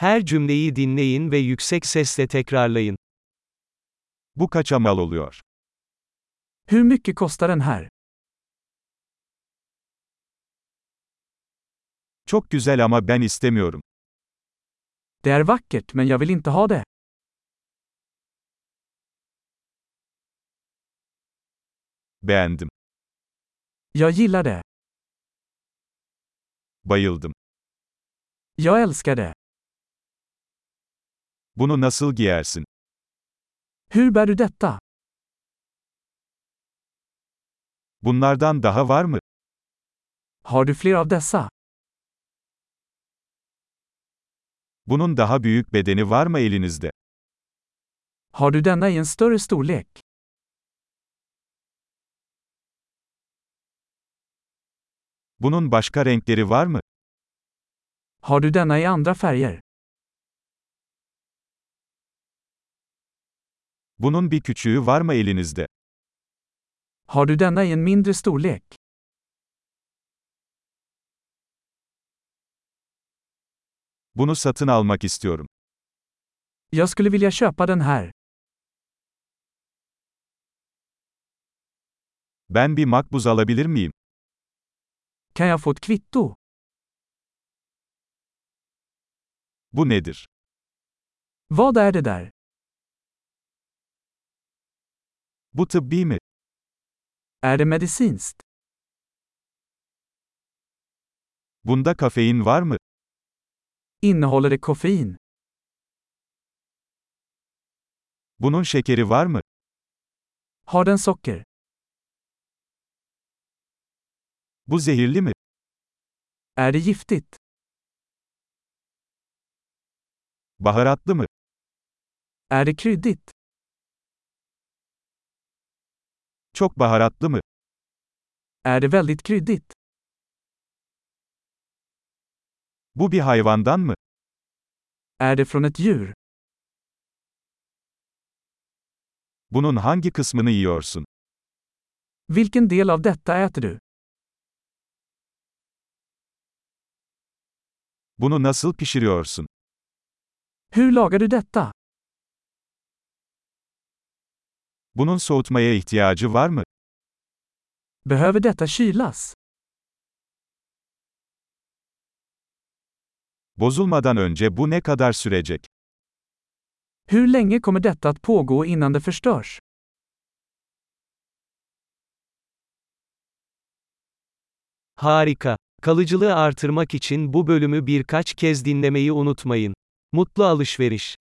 Her cümleyi dinleyin ve yüksek sesle tekrarlayın. Bu kaça mal oluyor? Hur mycket kostar den här? Çok güzel ama ben istemiyorum. Det är vackert men jag vill inte ha det. Beğendim. Jag gillar det. Bayıldım. Jag älskar det. Bunu nasıl giyersin? Hur bär du detta? Bunlardan daha var mı? Har du fler av dessa? Bunun daha büyük bedeni var mı elinizde? Har du denna i en större storlek? Bunun başka renkleri var mı? Har du denna i andra färger? Bunun bir küçüğü var mı elinizde? Har du denna i en mindre storlek? Bunu satın almak istiyorum. Jag skulle vilja köpa den här. Ben bir makbuz alabilir miyim? Kan jag få ett kvitto? Bu nedir? Vad är det där? Bu tıbbi mi? Är det medicinskt? Bunda kafein var mı? Innehåller det koffein? Bunun şekeri var mı? Har den socker? Bu zehirli mi? Är det giftigt? Baharatlı mı? Är det kryddigt? Çok baharatlı mı? Är det väldigt kryddigt? Bu bir hayvandan mı? Är det från ett djur? Bunun hangi kısmını yiyorsun? Vilken del av detta äter du? Bunu nasıl pişiriyorsun? Hur lagar du detta? Bunun soğutmaya ihtiyacı var mı? Behöver detta kylas? Bozulmadan önce bu ne kadar sürecek? Hur länge kommer detta att pågå innan det förstörs? Harika. Kalıcılığı artırmak için bu bölümü birkaç kez dinlemeyi unutmayın. Mutlu alışveriş.